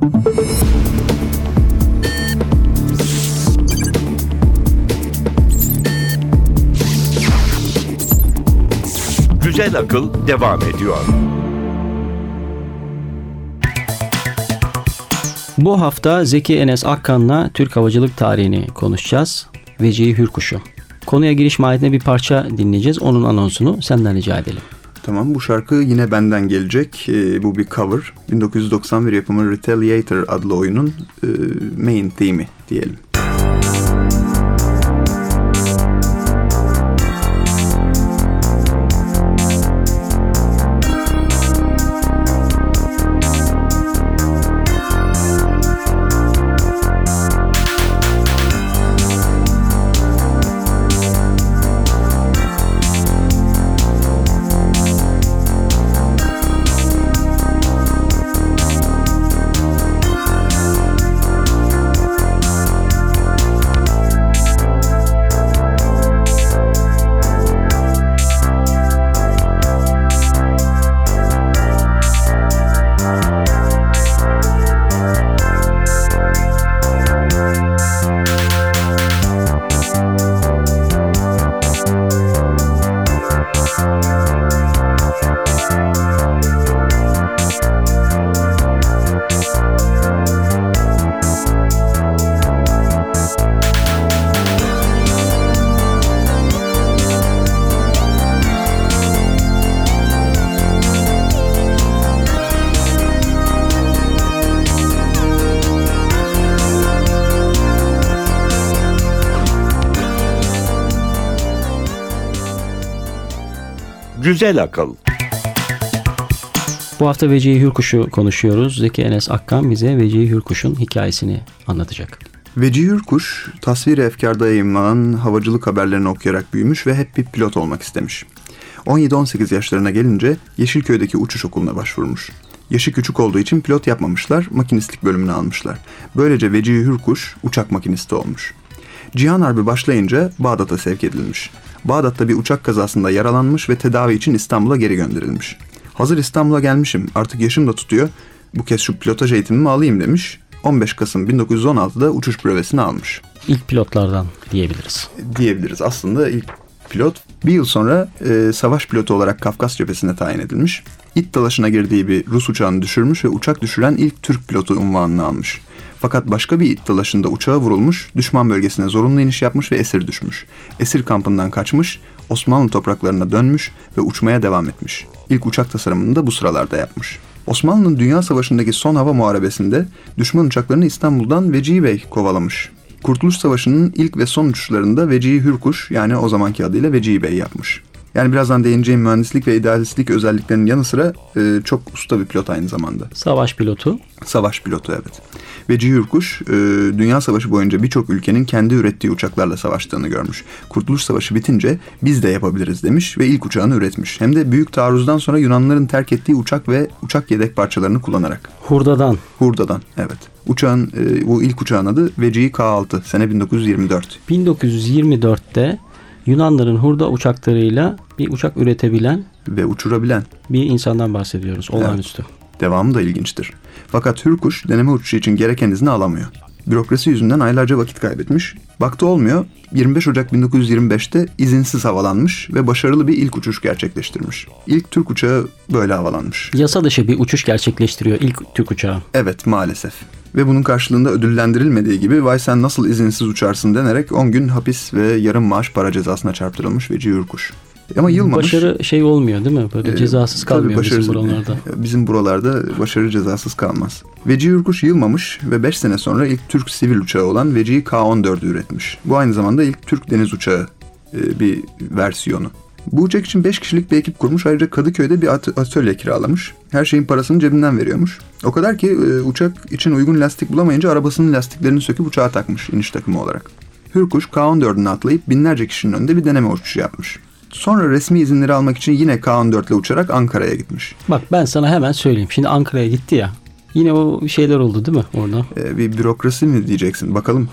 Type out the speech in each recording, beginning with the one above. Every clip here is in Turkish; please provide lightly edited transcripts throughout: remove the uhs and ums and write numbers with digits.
Güzel Akıl devam ediyor. Bu hafta Zeki Enes Akkan'la Türk havacılık tarihini konuşacağız. Vecihi Hürkuşu. Konuya giriş mahiyetinde bir parça dinleyeceğiz. Onun anonsunu senden rica edelim. Tamam, bu şarkı yine benden gelecek. Bu bir cover. 1991 yapımı Retaliator adlı oyunun main theme'i diyelim. Güzel Akıl. Bu hafta Vecihi Hürkuş'u konuşuyoruz. Zeki Enes Akkan bize Vecihi Hürkuş'un hikayesini anlatacak. Vecihi Hürkuş, tasvir-i efkarda yayımlanan havacılık haberlerini okuyarak büyümüş ve hep bir pilot olmak istemiş. 17-18 yaşlarına gelince Yeşilköy'deki uçuş okuluna başvurmuş. Yaşı küçük olduğu için pilot yapmamışlar, makinistlik bölümünü almışlar. Böylece Vecihi Hürkuş uçak makinisti olmuş. Cihan Harbi başlayınca Bağdat'a sevk edilmiş. Bağdat'ta bir uçak kazasında yaralanmış ve tedavi için İstanbul'a geri gönderilmiş. Hazır İstanbul'a gelmişim, artık yaşım da tutuyor, bu kez şu pilotaj eğitimimi alayım demiş. 15 Kasım 1916'da uçuş brevesini almış. İlk pilotlardan diyebiliriz. Diyebiliriz. Aslında ilk pilot. Bir yıl sonra savaş pilotu olarak Kafkas cephesine tayin edilmiş. İt dalaşına girdiği bir Rus uçağını düşürmüş ve uçak düşüren ilk Türk pilotu unvanını almış. Fakat başka bir it dalaşında uçağı vurulmuş, düşman bölgesine zorunlu iniş yapmış ve esir düşmüş. Esir kampından kaçmış, Osmanlı topraklarına dönmüş ve uçmaya devam etmiş. İlk uçak tasarımını da bu sıralarda yapmış. Osmanlı'nın Dünya Savaşı'ndaki son hava muharebesinde düşman uçaklarını İstanbul'dan Vecihi Bey kovalamış. Kurtuluş Savaşı'nın ilk ve son uçuşlarında Vecihi Hürkuş, yani o zamanki adıyla Vecihi Bey yapmış. Yani birazdan değineceğim mühendislik ve idealistlik özelliklerinin yanı sıra çok usta bir pilot aynı zamanda. Savaş pilotu. Savaş pilotu, evet. Vecihi Hürkuş, Dünya Savaşı boyunca birçok ülkenin kendi ürettiği uçaklarla savaştığını görmüş. Kurtuluş Savaşı bitince biz de yapabiliriz demiş ve ilk uçağını üretmiş. Hem de büyük taarruzdan sonra Yunanlıların terk ettiği uçak ve uçak yedek parçalarını kullanarak. Hurdadan, evet. Uçağın, bu ilk uçağın adı Vecihi K6, sene 1924. 1924'te Yunanların hurda uçaklarıyla bir uçak üretebilen ve uçurabilen bir insandan bahsediyoruz. Olağanüstü. Evet. Devamı da ilginçtir. Fakat Hürkuş deneme uçuşu için gereken izni alamıyor. Bürokrasi yüzünden aylarca vakit kaybetmiş. Baktı olmuyor. 25 Ocak 1925'te izinsiz havalanmış ve başarılı bir ilk uçuş gerçekleştirmiş. İlk Türk uçağı böyle havalanmış. Yasa dışı bir uçuş gerçekleştiriyor ilk Türk uçağı. Evet, maalesef. Ve bunun karşılığında ödüllendirilmediği gibi "Vay sen nasıl izinsiz uçarsın" denerek 10 gün hapis ve yarım maaş para cezasına çarptırılmış Vecihi Hürkuş. Ama yılmamış. Başarı olmuyor değil mi? Böyle cezasız kalmıyor bizim buralarda. Bizim buralarda başarı cezasız kalmaz. Vecihi Hürkuş yılmamış ve 5 sene sonra ilk Türk sivil uçağı olan Vecihi K-14'ü üretmiş. Bu aynı zamanda ilk Türk deniz uçağı bir versiyonu. Bu uçak için 5 kişilik bir ekip kurmuş. Ayrıca Kadıköy'de bir atölye kiralamış. Her şeyin parasını cebinden veriyormuş. O kadar ki uçak için uygun lastik bulamayınca arabasının lastiklerini söküp uçağa takmış iniş takımı olarak. Hürkuş K-14'ünü atlayıp binlerce kişinin önünde bir deneme uçuşu yapmış. Sonra resmi izinleri almak için yine K-14 ile uçarak Ankara'ya gitmiş. Bak ben sana hemen söyleyeyim. Şimdi Ankara'ya gitti ya. Yine o şeyler oldu değil mi orada? Bir bürokrasi mi diyeceksin? Bakalım.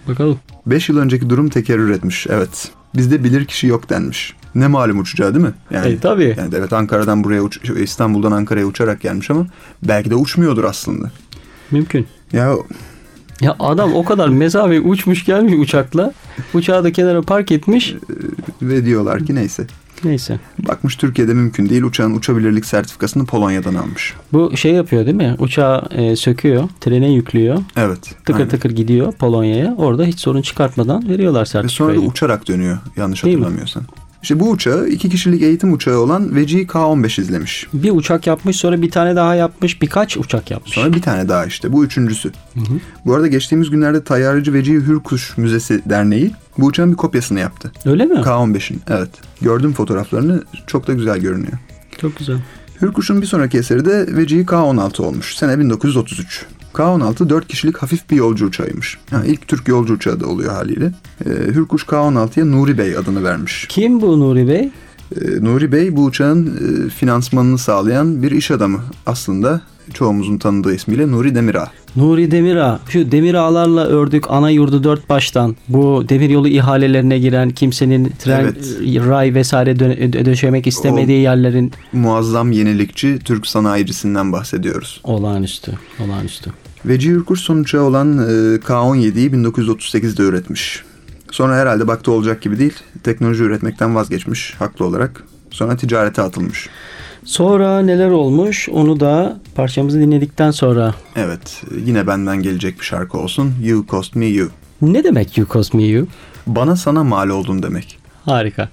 5 yıl önceki durum tekerrür etmiş. Evet. Bizde bilirkişi yok denmiş. Ne malum uçacağı değil mi? Yani, tabii. Yani evet, Ankara'dan buraya İstanbul'dan Ankara'ya uçarak gelmiş ama belki de uçmuyordur aslında. Mümkün. Ya Ya adam o kadar mesafeyi uçmuş gelmiş uçakla. Uçağı da kenara park etmiş. ve diyorlar ki neyse. Neyse. Bakmış Türkiye'de mümkün değil. Uçağın uçabilirlik sertifikasını Polonya'dan almış. Bu şey yapıyor değil mi? Uçağı söküyor, trene yüklüyor. Evet. Tıkır aynen. tıkır gidiyor Polonya'ya. Orada hiç sorun çıkartmadan veriyorlar Ve sertifikayı. sonra da uçarak dönüyor yanlış Değil mi? hatırlamıyorsam. İşte bu uçağı 2 kişilik eğitim uçağı olan Vecihi K-15 izlemiş. Bir uçak yapmış, sonra bir tane daha yapmış, birkaç uçak yapmış. Sonra bir tane daha işte. Bu üçüncüsü. Hı hı. Bu arada geçtiğimiz günlerde Tayyarıcı Vecihi Hürkuş Müzesi Derneği bu uçağın bir kopyasını yaptı. Öyle mi? K-15'in. Evet. Gördüm fotoğraflarını. Çok da güzel görünüyor. Çok güzel. Hürkuş'un bir sonraki eseri de Vecihi K-16 olmuş. Sene 1933. K-16 4 kişilik hafif bir yolcu uçağıymış. Yani ilk Türk yolcu uçağı da oluyor haliyle. Hürkuş K-16'ya Nuri Bey adını vermiş. Kim bu Nuri Bey? Nuri Bey bu uçağın finansmanını sağlayan bir iş adamı. Aslında çoğumuzun tanıdığı ismiyle Nuri Demirağ. Nuri Demirağ. Şu demir ağlarla ördük ana yurdu dört baştan. Bu demiryolu ihalelerine giren, kimsenin tren, Evet. ray vesaire döşemek istemediği yerlerin Muazzam yenilikçi Türk sanayicisinden bahsediyoruz. olağanüstü. Vecihi Hürkuş son uçağı olan K-17'yi 1938'de üretmiş. Sonra herhalde baktı olacak gibi değil. Teknoloji üretmekten vazgeçmiş haklı olarak. Sonra ticarete atılmış. Sonra neler olmuş? Onu da parçamızı dinledikten sonra. Evet, yine benden gelecek bir şarkı olsun. You Cost Me You. Ne demek You Cost Me You? Bana sana mal oldun demek. Harika.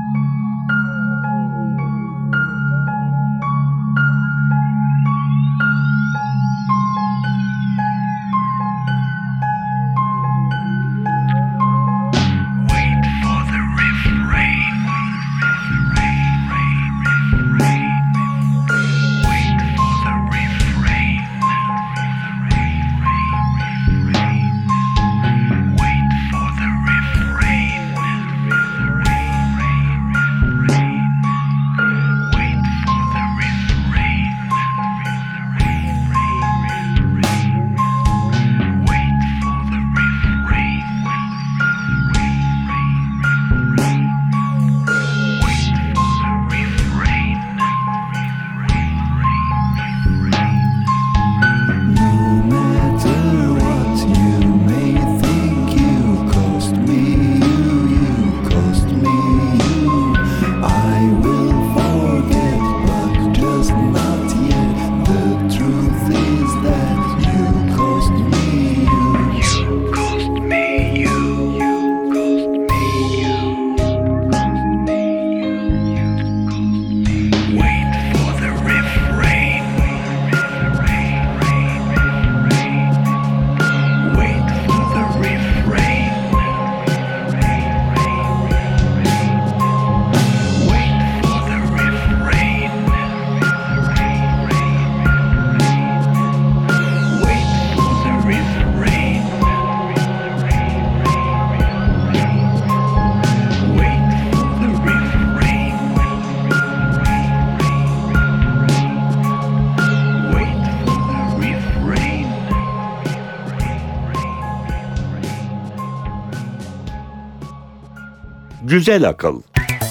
Güzel akıl.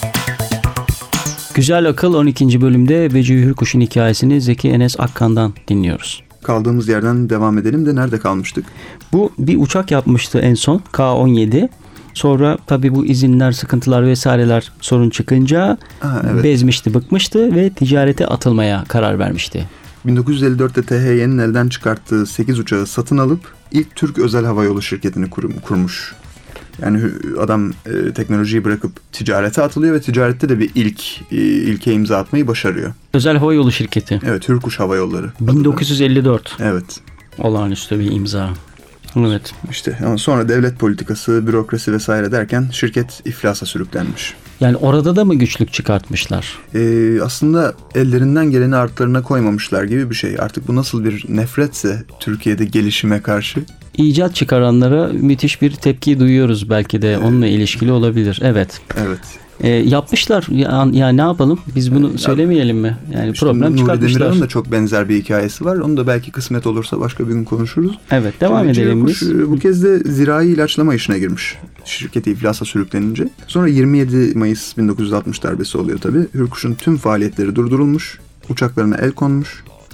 Güzel Akıl 12. bölümde Vecihi Hürkuş'un hikayesini Zeki Enes Akkan'dan dinliyoruz. Kaldığımız yerden devam edelim de nerede kalmıştık? Bu bir uçak yapmıştı en son K-17. Sonra tabii bu izinler, sıkıntılar vesaireler sorun çıkınca Evet. bezmişti, bıkmıştı ve ticarete atılmaya karar vermişti. 1954'te THY'nin elden çıkarttığı 8 uçağı satın alıp ilk Türk özel havayolu şirketini kurmuş. Yani adam teknolojiyi bırakıp ticarete atılıyor ve ticarette de bir ilke imza atmayı başarıyor. Özel Hava Yolu Şirketi. Evet, Hürkuş Hava Yolları. 1954. Evet. Olağanüstü bir imza. Evet. İşte ama sonra devlet politikası, bürokrasi vesaire derken şirket iflasa sürüklenmiş. Yani orada da mı güçlük çıkartmışlar? Aslında ellerinden geleni artlarına koymamışlar gibi bir şey. Artık bu nasıl bir nefretse Türkiye'de gelişime karşı. İcat çıkaranlara müthiş bir tepki duyuyoruz, belki de onunla ilişkili olabilir. Evet. Evet. Yapmışlar. Ya ne yapalım? Biz bunu söylemeyelim mi? Yani İşte problem Nuri çıkartmışlar. Demirağ'ın da çok benzer bir hikayesi var. Onu da belki kısmet olursa başka bir gün konuşuruz. Evet, devam Şimdi edelim Hürkuş, biz. bu kez de zirai ilaçlama işine girmiş. Şirketi iflasa sürüklenince. Sonra 27 Mayıs 1960 darbesi oluyor tabii. Hürkuş'un tüm faaliyetleri durdurulmuş. Uçaklarına el konmuş.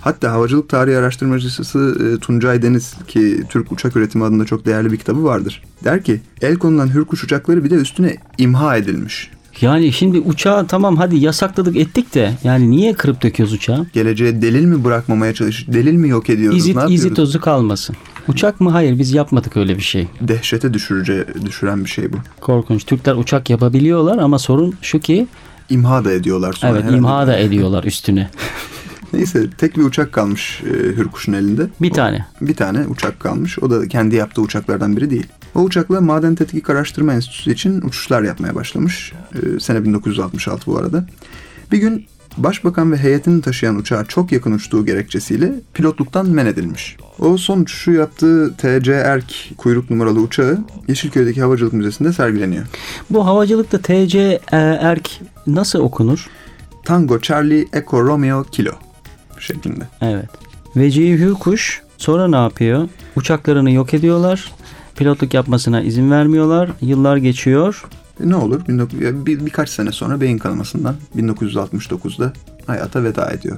Hatta havacılık tarihi araştırmacısı Tuncay Deniz, ki Türk Uçak Üretimi adında çok değerli bir kitabı vardır. Der ki el konulan Hürkuş uçakları bir de üstüne imha edilmiş. Yani şimdi uçağı tamam hadi yasakladık ettik de yani niye kırıp döküyoruz uçağı? Geleceğe delil mi bırakmamaya delil mi yok ediyoruz? İzi tozu kalmasın. Uçak mı? Hayır, biz yapmadık öyle bir şey. Dehşete düşüren bir şey bu. Korkunç. Türkler uçak yapabiliyorlar ama sorun şu ki İmha da ediyorlar sonra. evet, imha da ediyorlar üstüne. Neyse, tek bir uçak kalmış Hürkuş'un elinde. Bir tane uçak kalmış. O da kendi yaptığı uçaklardan biri değil. O uçakla Maden Tetkik Araştırma Enstitüsü için uçuşlar yapmaya başlamış. Sene 1966 bu arada. Bir gün Başbakan ve heyetini taşıyan uçağa çok yakın uçtuğu gerekçesiyle pilotluktan men edilmiş. O son uçuşu yaptığı TC Erk kuyruk numaralı uçağı Yeşilköy'deki Havacılık Müzesi'nde sergileniyor. Bu havacılıkta TC Erk nasıl okunur? Tango Charlie Echo Romeo Kilo şeklinde. Evet. Vecihi Hürkuş sonra ne yapıyor? Uçaklarını yok ediyorlar. Pilotluk yapmasına izin vermiyorlar. Yıllar geçiyor. Ne olur? Birkaç sene sonra beyin kanamasından 1969'da hayata veda ediyor.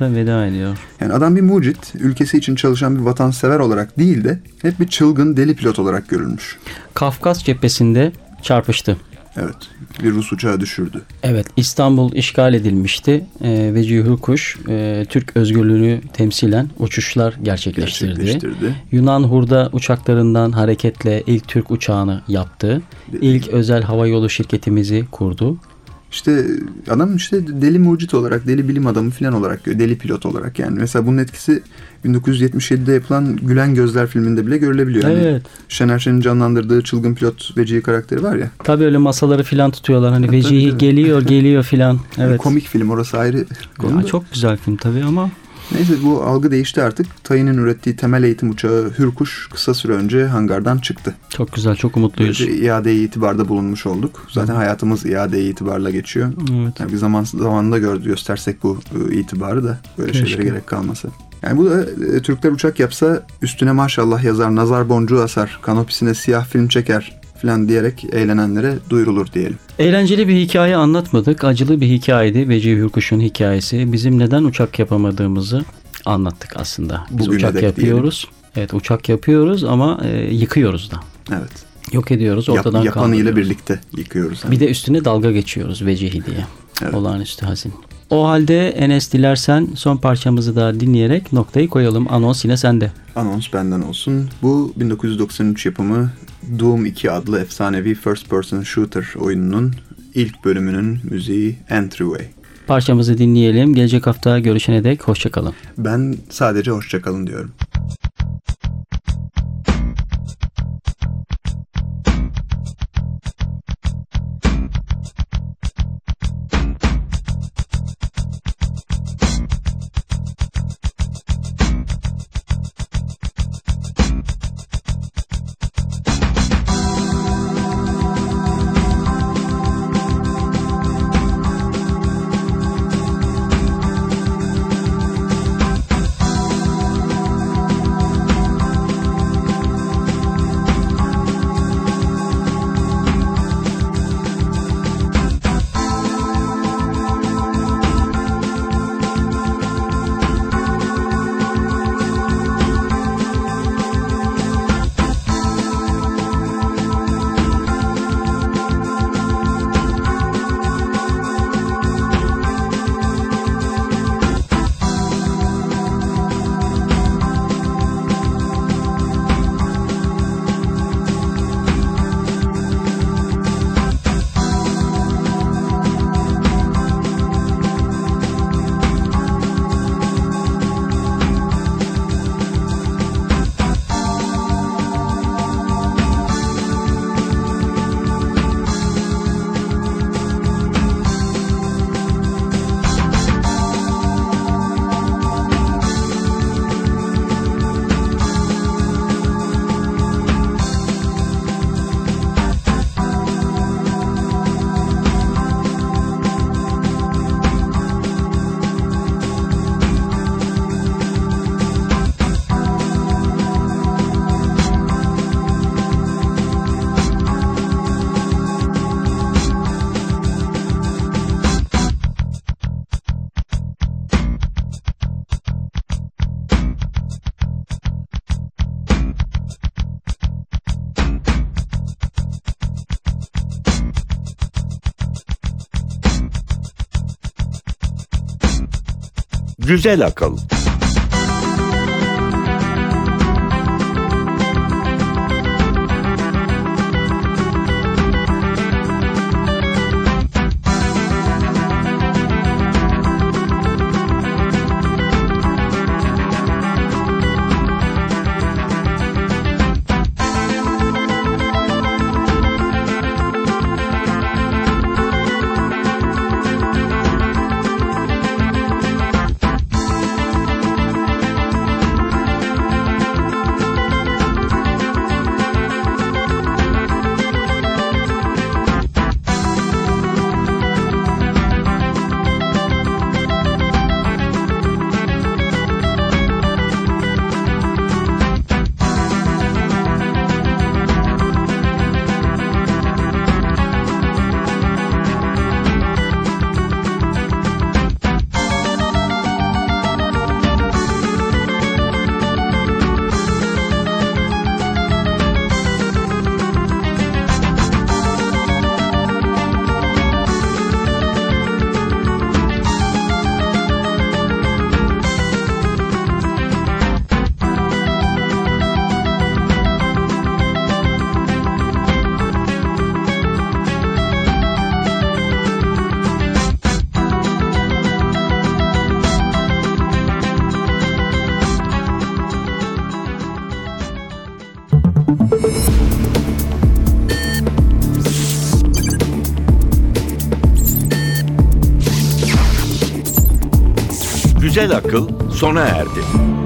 Yani adam bir mucit, ülkesi için çalışan bir vatansever olarak değil de hep bir çılgın deli pilot olarak görülmüş. Kafkas cephesinde çarpıştı. Evet, bir Rus uçağı düşürdü. Evet, İstanbul işgal edilmişti. Vecihi Hürkuş Türk özgürlüğünü temsilen uçuşlar gerçekleştirdi. Yunan hurda uçaklarından hareketle ilk Türk uçağını yaptı. İlk özel havayolu şirketimizi kurdu. İşte adam deli mucit olarak, deli bilim adamı falan olarak, deli pilot olarak yani. Mesela bunun etkisi 1977'de yapılan Gülen Gözler filminde bile görülebiliyor. Evet. Hani Şener Şen'in canlandırdığı çılgın pilot Vecihi karakteri var ya. Tabii öyle masaları filan tutuyorlar. Hani Vecihi geliyor filan. Evet. Komik film, orası ayrı konu. Çok güzel film tabii ama. Neyse, bu algı değişti artık. Tayin'in ürettiği temel eğitim uçağı Hürkuş kısa süre önce hangardan çıktı. Çok güzel, çok umutluyuz. İade-i itibarda bulunmuş olduk. Zaten hayatımız iade-i itibarla geçiyor. Evet. Yani bir zamanında göstersek bu itibarı da böyle şeylere gerek kalmasa. Yani bu da Türkler uçak yapsa üstüne maşallah yazar, nazar boncuğu asar, kanopisine siyah film çeker falan diyerek eğlenenlere duyurulur diyelim. Eğlenceli bir hikaye anlatmadık. Acılı bir hikayeydi Vecihi Hürkuş'un hikayesi. Bizim neden uçak yapamadığımızı anlattık aslında. Biz bugüne uçak yapıyoruz. Diyelim. Evet, uçak yapıyoruz ama yıkıyoruz da. Evet. Yok ediyoruz, ortadan yapanıyla birlikte yıkıyoruz. Bir de üstüne dalga geçiyoruz Vecihi diye. Evet. Olağanüstü hazin. O halde Enes, dilersen son parçamızı da dinleyerek noktayı koyalım. Anons yine sende. Anons benden olsun. Bu 1993 yapımı Doom 2 adlı efsanevi first person shooter oyununun ilk bölümünün müziği Entryway. Parçamızı dinleyelim. Gelecek hafta görüşene dek hoşçakalın. Ben sadece hoşçakalın diyorum. Güzel akıl. Güzel akıl sona erdi.